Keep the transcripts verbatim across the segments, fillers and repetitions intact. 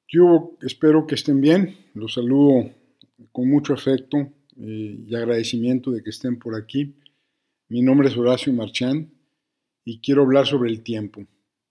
¿Qué hubo? Espero que estén bien. Los saludo con mucho afecto eh, y agradecimiento de que estén por aquí. Mi nombre es Horacio Marchán y quiero hablar sobre el tiempo.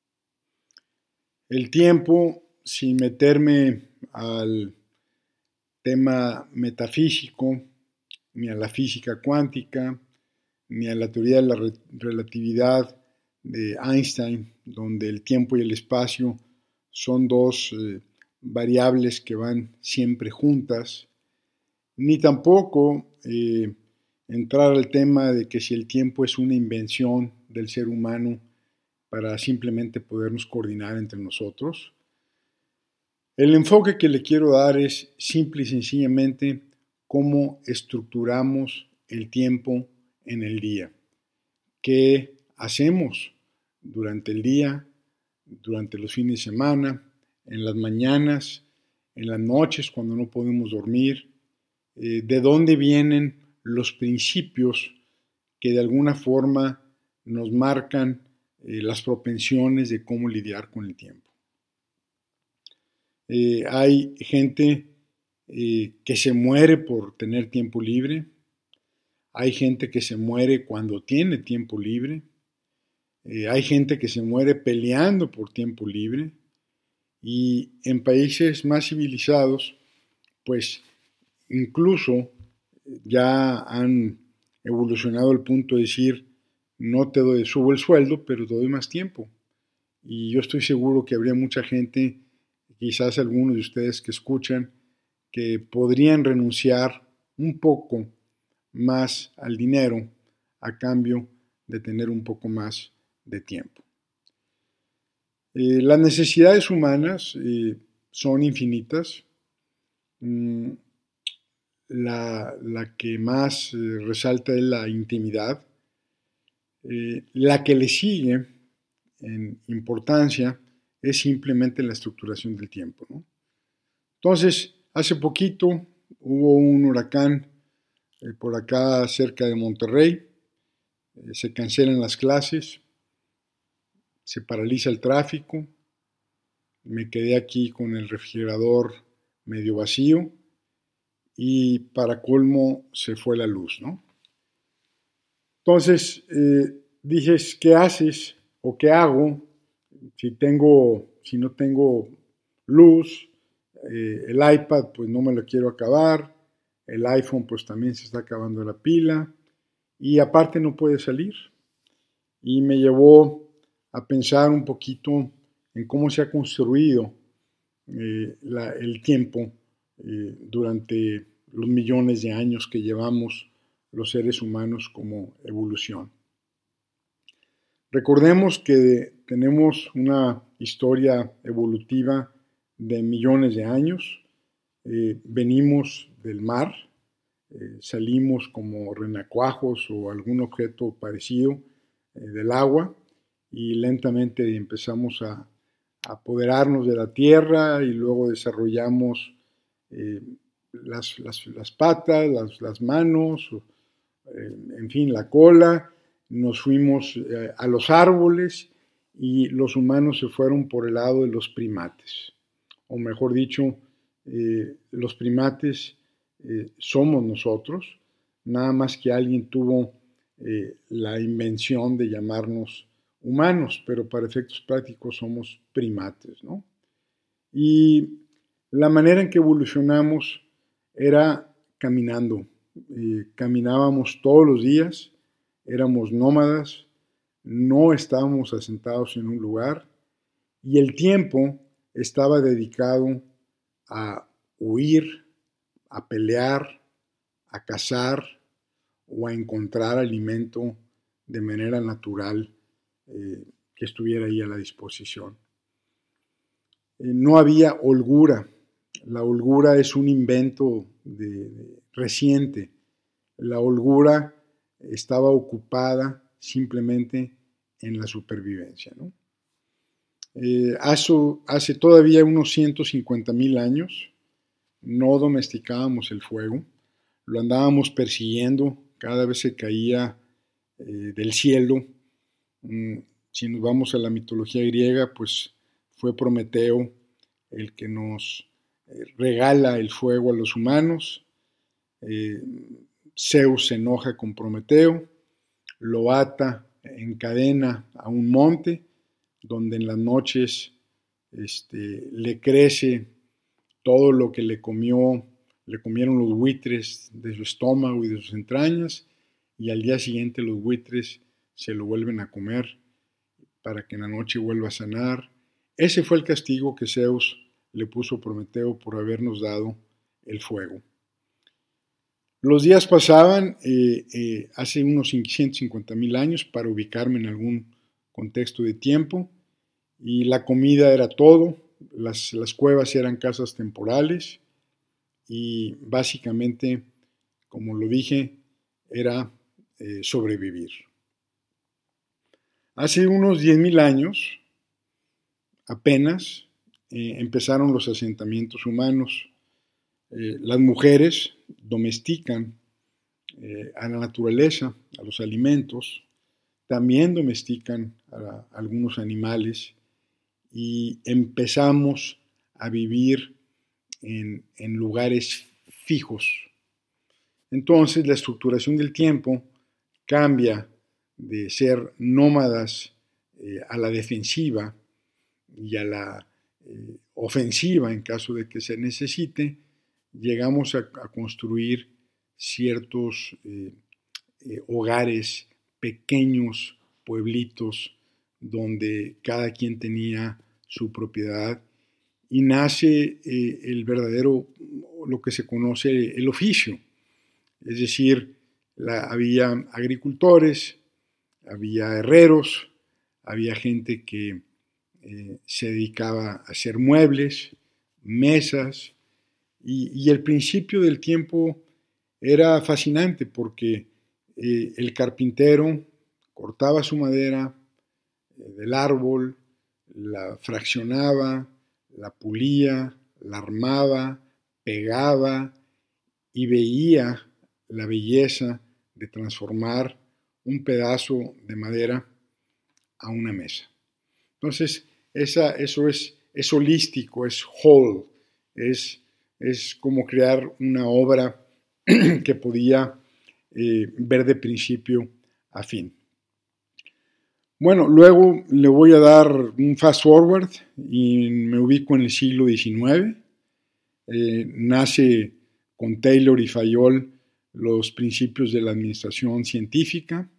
El tiempo, sin meterme al tema metafísico, ni a la física cuántica, ni a la teoría de la re- relatividad de Einstein, donde el tiempo y el espacio son dos eh, variables que van siempre juntas, ni tampoco eh, entrar al tema de que si el tiempo es una invención del ser humano para simplemente podernos coordinar entre nosotros. El enfoque que le quiero dar es simple y sencillamente cómo estructuramos el tiempo en el día. ¿Qué hacemos durante el día, durante los fines de semana, en las mañanas, en las noches cuando no podemos dormir? Eh, ¿De dónde vienen los principios que de alguna forma nos marcan eh, las propensiones de cómo lidiar con el tiempo? Eh, hay gente eh, que se muere por tener tiempo libre, hay gente que se muere cuando tiene tiempo libre, eh, hay gente que se muere peleando por tiempo libre y en países más civilizados, pues incluso ya han evolucionado al punto de decir, no te doy, subo el sueldo, pero te doy más tiempo. Y yo estoy seguro que habría mucha gente, quizás algunos de ustedes que escuchan, que podrían renunciar un poco más al dinero a cambio de tener un poco más de tiempo. Eh, las necesidades humanas eh, son infinitas. Mm, la, la, que más eh, resalta es la intimidad. Eh, la que le sigue en importancia es simplemente la estructuración del tiempo, ¿no? Entonces, hace poquito hubo un huracán eh, por acá cerca de Monterrey, eh, se cancelan las clases, se paraliza el tráfico, me quedé aquí con el refrigerador medio vacío y para colmo se fue la luz, ¿no? Entonces, eh, dices, ¿qué haces o qué hago si tengo, si no tengo luz? Eh, el iPad, pues no me lo quiero acabar. El iPhone, pues también se está acabando la pila. Y aparte no puede salir. Y me llevó a pensar un poquito en cómo se ha construido eh, la, el tiempo eh, durante los millones de años que llevamos los seres humanos como evolución. Recordemos que tenemos una historia evolutiva de millones de años. Eh, venimos del mar, eh, salimos como renacuajos o algún objeto parecido eh, del agua y lentamente empezamos a, a apoderarnos de la tierra y luego desarrollamos eh, las, las, las, patas, las, las manos, eh, en fin, la cola, nos fuimos eh, a los árboles y los humanos se fueron por el lado de los primates, o mejor dicho, eh, los primates eh, somos nosotros, nada más que alguien tuvo eh, la invención de llamarnos humanos, pero para efectos prácticos somos primates, ¿no? Y la manera en que evolucionamos era caminando. Eh, caminábamos todos los días, éramos nómadas, no estábamos asentados en un lugar y el tiempo estaba dedicado a huir, a pelear, a cazar o a encontrar alimento de manera natural eh, que estuviera ahí a la disposición. Eh, no había holgura. La holgura es un invento de, de, reciente. La holgura estaba ocupada simplemente en la supervivencia, ¿no? Eh, hace, hace todavía unos ciento cincuenta mil años no domesticábamos el fuego, lo andábamos persiguiendo cada vez que caía eh, del cielo. Mm, si nos vamos a la mitología griega, pues fue Prometeo el que nos eh, regala el fuego a los humanos. Eh, Zeus se enoja con Prometeo, lo ata, encadena a un monte, donde en las noches este, le crece todo lo que le comió, le comieron los buitres de su estómago y de sus entrañas, y al día siguiente los buitres se lo vuelven a comer para que en la noche vuelva a sanar. Ese fue el castigo que Zeus le puso a Prometeo por habernos dado el fuego. Los días pasaban eh, eh, hace unos ciento cincuenta mil años, para ubicarme en algún contexto de tiempo, y la comida era todo, las, las cuevas eran casas temporales, y básicamente, como lo dije, era eh, sobrevivir. Hace unos diez mil años, apenas, eh, empezaron los asentamientos humanos. Eh, las mujeres domestican eh, a la naturaleza, a los alimentos, también domestican a, a algunos animales, y empezamos a vivir en, en lugares fijos. Entonces la estructuración del tiempo cambia de ser nómadas eh, a la defensiva y a la eh, ofensiva en caso de que se necesite. Llegamos a, a construir ciertos eh, eh, hogares, pequeños pueblitos, donde cada quien tenía su propiedad, y nace eh, el verdadero, lo que se conoce el oficio. Es decir, la, había agricultores, había herreros, había gente que eh, se dedicaba a hacer muebles, mesas, y, y el principio del tiempo era fascinante porque eh, el carpintero cortaba su madera eh, del árbol, la fraccionaba, la pulía, la armaba, pegaba, y veía la belleza de transformar un pedazo de madera a una mesa. Entonces, esa, eso es, es holístico, es whole, es, es como crear una obra que podía eh, ver de principio a fin. Bueno, luego le voy a dar un fast forward y me ubico en el siglo diecinueve. Eh, nace con Taylor y Fayol los principios de la administración científica.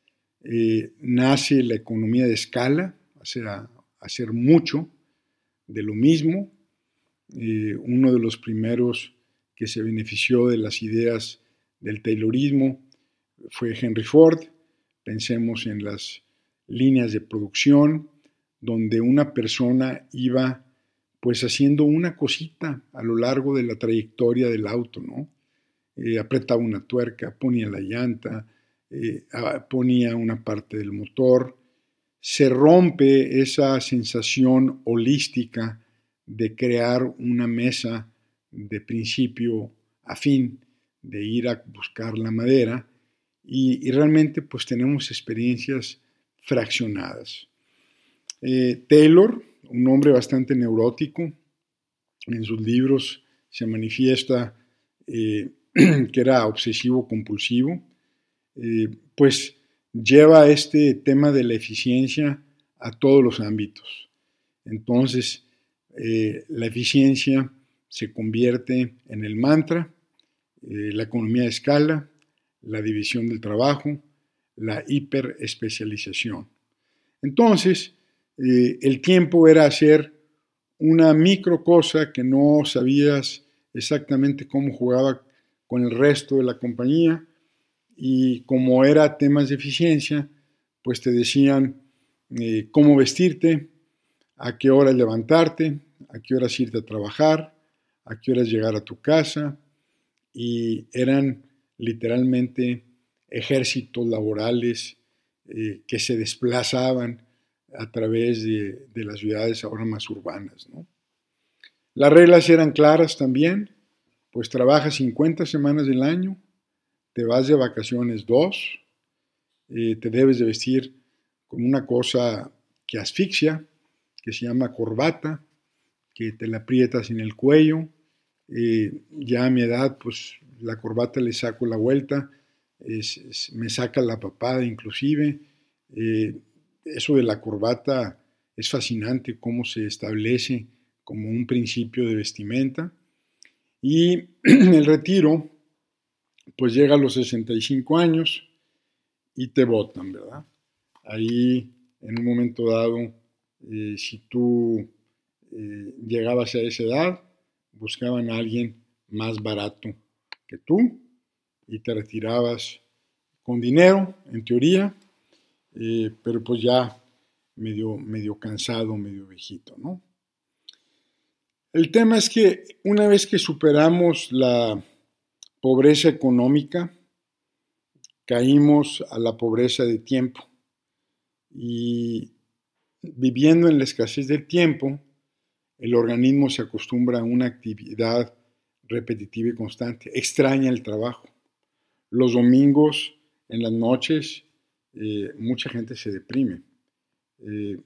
Eh, nace la economía de escala, hacer, hacer mucho de lo mismo. Eh, uno de los primeros que se benefició de las ideas del Taylorismo fue Henry Ford. Pensemos en las líneas de producción, donde una persona iba pues haciendo una cosita a lo largo de la trayectoria del auto, ¿no? Eh, apretaba una tuerca, ponía la llanta, eh, ponía una parte del motor. Se rompe esa sensación holística de crear una mesa de principio a fin, de ir a buscar la madera, y, y realmente pues tenemos experiencias fraccionadas. Eh, Taylor, un hombre bastante neurótico, en sus libros se manifiesta eh, que era obsesivo compulsivo, eh, pues lleva este tema de la eficiencia a todos los ámbitos. Entonces, eh, la eficiencia se convierte en el mantra, eh, la economía de escala, la división del trabajo, la hiperespecialización. Entonces, eh, el tiempo era hacer una micro cosa que no sabías exactamente cómo jugaba con el resto de la compañía, y como era temas de eficiencia, pues te decían eh, cómo vestirte, a qué horas levantarte, a qué horas irte a trabajar, a qué horas llegar a tu casa, y eran literalmente ejércitos laborales eh, que se desplazaban a través de, de las ciudades ahora más urbanas, ¿no? Las reglas eran claras también, pues trabajas cincuenta semanas del año, te vas de vacaciones dos, eh, te debes de vestir con una cosa que asfixia, que se llama corbata, que te la aprietas en el cuello. Eh, ya a mi edad, pues la corbata le saco la vuelta, es, es, me saca la papada inclusive. Eh, eso de la corbata es fascinante, cómo se establece como un principio de vestimenta. Y el retiro, pues llega a los sesenta y cinco años y te botan, ¿verdad? Ahí, en un momento dado, eh, si tú eh, llegabas a esa edad, buscaban a alguien más barato que tú y te retirabas con dinero, en teoría, eh, pero pues ya medio, medio cansado, medio viejito, ¿no? El tema es que una vez que superamos la pobreza económica, caímos a la pobreza de tiempo. Y viviendo en la escasez del tiempo, el organismo se acostumbra a una actividad repetitiva y constante. Extraña el trabajo. Los domingos, en las noches, eh, mucha gente se deprime. Eh,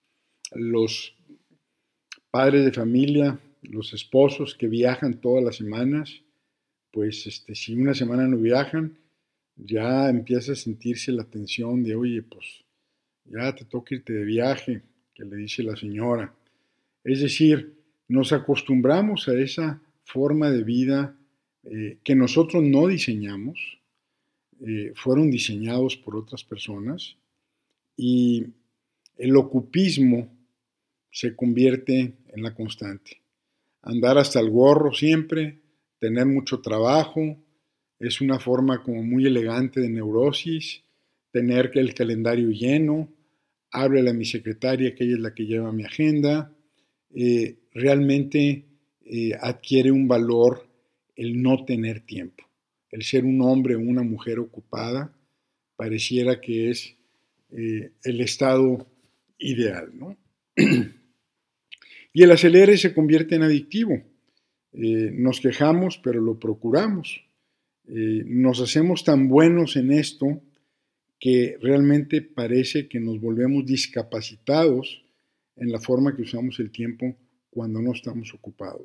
los padres de familia, los esposos que viajan todas las semanas, pues este, si una semana no viajan, ya empieza a sentirse la tensión de, oye, pues ya te toca irte de viaje, que le dice la señora. Es decir, nos acostumbramos a esa forma de vida eh, que nosotros no diseñamos, eh, fueron diseñados por otras personas, y el ocupismo se convierte en la constante. Andar hasta el gorro siempre, tener mucho trabajo, es una forma como muy elegante de neurosis, tener el calendario lleno, háblale a mi secretaria que ella es la que lleva mi agenda, eh, realmente eh, adquiere un valor el no tener tiempo. El ser un hombre o una mujer ocupada pareciera que es eh, el estado ideal, ¿no? Y el acelere se convierte en adictivo. Eh, nos quejamos, pero lo procuramos. Eh, nos hacemos tan buenos en esto que realmente parece que nos volvemos discapacitados en la forma que usamos el tiempo cuando no estamos ocupados.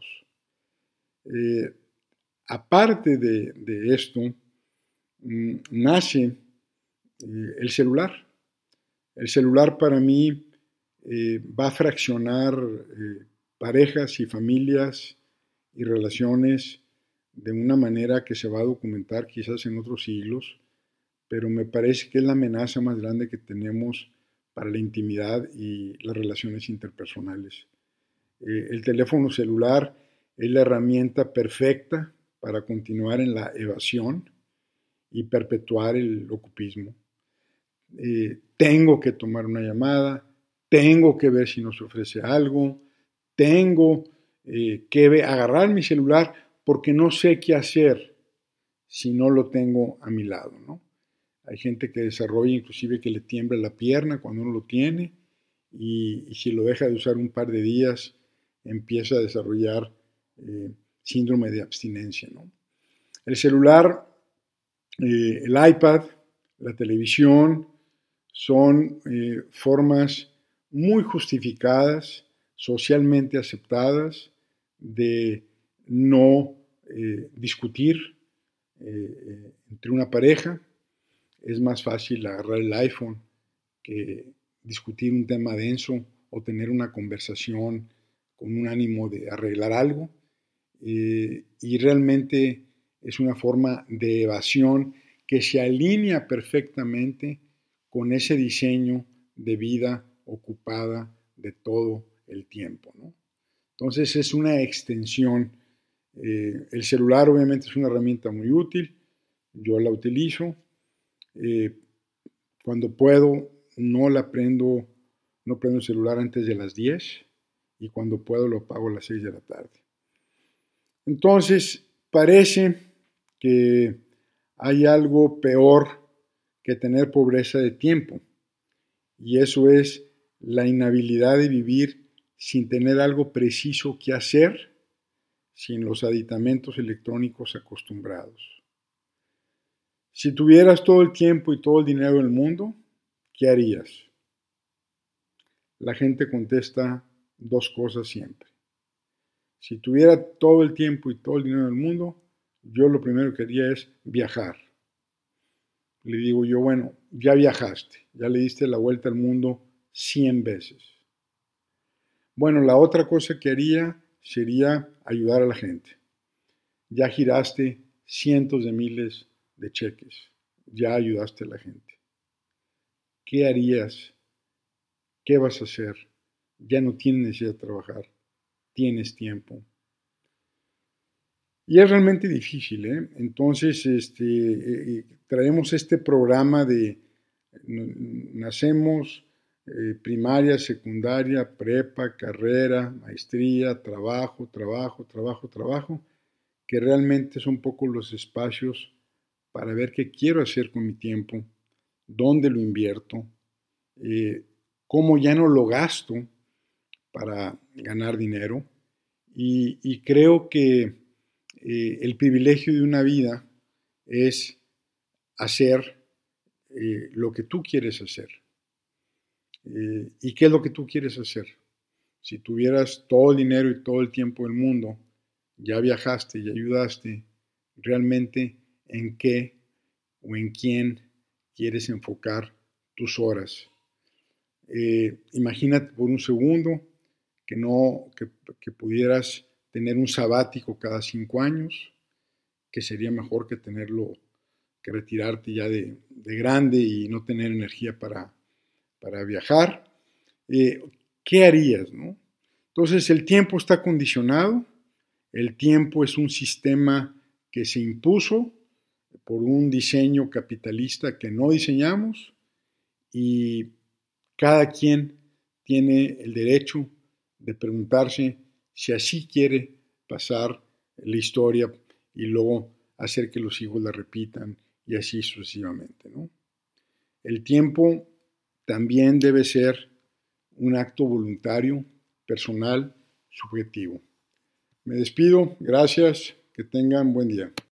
Eh, aparte de, de esto, mmm, nace eh, el celular. El celular para mí eh, va a fraccionar eh, parejas y familias y relaciones de una manera que se va a documentar quizás en otros siglos, pero me parece que es la amenaza más grande que tenemos para la intimidad y las relaciones interpersonales. Eh, el teléfono celular es la herramienta perfecta para continuar en la evasión y perpetuar el ocupismo. Eh, tengo que tomar una llamada, tengo que ver si nos ofrece algo, tengo eh, que ver, agarrar mi celular porque no sé qué hacer si no lo tengo a mi lado, ¿no? Hay gente que desarrolla inclusive que le tiembla la pierna cuando uno lo tiene y, y si lo deja de usar un par de días empieza a desarrollar eh, síndrome de abstinencia, ¿no? El celular, eh, el iPad, la televisión son eh, formas muy justificadas, socialmente aceptadas de no eh, discutir eh, entre una pareja. Es más fácil agarrar el iPhone que discutir un tema denso o tener una conversación con un ánimo de arreglar algo. Eh, y realmente es una forma de evasión que se alinea perfectamente con ese diseño de vida ocupada de todo el tiempo, ¿no? Entonces es una extensión. Eh, el celular obviamente es una herramienta muy útil, yo la utilizo. Eh, cuando puedo, no la prendo, no prendo el celular antes de las diez y cuando puedo lo apago a las seis de la tarde. Entonces, parece que hay algo peor que tener pobreza de tiempo y eso es la inhabilidad de vivir sin tener algo preciso que hacer, sin los aditamentos electrónicos acostumbrados. Si tuvieras todo el tiempo y todo el dinero del mundo, ¿qué harías? La gente contesta dos cosas siempre. Si tuviera todo el tiempo y todo el dinero del mundo, yo lo primero que haría es viajar. Le digo yo, bueno, ya viajaste, ya le diste la vuelta al mundo cien veces. Bueno, la otra cosa que haría sería ayudar a la gente. Ya giraste cientos de miles de cheques, ya ayudaste a la gente. ¿Qué harías? ¿Qué vas a hacer? Ya no tienes necesidad de trabajar, tienes tiempo. Y es realmente difícil, ¿eh? Entonces, este, eh, traemos este programa de nacemos, eh, primaria, secundaria, prepa, carrera, maestría, trabajo, trabajo, trabajo, trabajo, que realmente son poco los espacios para ver qué quiero hacer con mi tiempo, dónde lo invierto, eh, cómo ya no lo gasto para ganar dinero. Y, y creo que eh, el privilegio de una vida es hacer eh, lo que tú quieres hacer. Eh, ¿Y qué es lo que tú quieres hacer? Si tuvieras todo el dinero y todo el tiempo del mundo, ya viajaste y ayudaste, realmente en qué o en quién quieres enfocar tus horas. Eh, imagínate por un segundo que no, que, que pudieras tener un sabático cada cinco años, que sería mejor que tenerlo, que retirarte ya de, de grande y no tener energía para, para viajar. Eh, ¿Qué harías, no? Entonces el tiempo está condicionado, el tiempo es un sistema que se impuso por un diseño capitalista que no diseñamos y cada quien tiene el derecho de preguntarse si así quiere pasar la historia y luego hacer que los hijos la repitan y así sucesivamente, ¿no? El tiempo también debe ser un acto voluntario, personal, subjetivo. Me despido, gracias, que tengan buen día.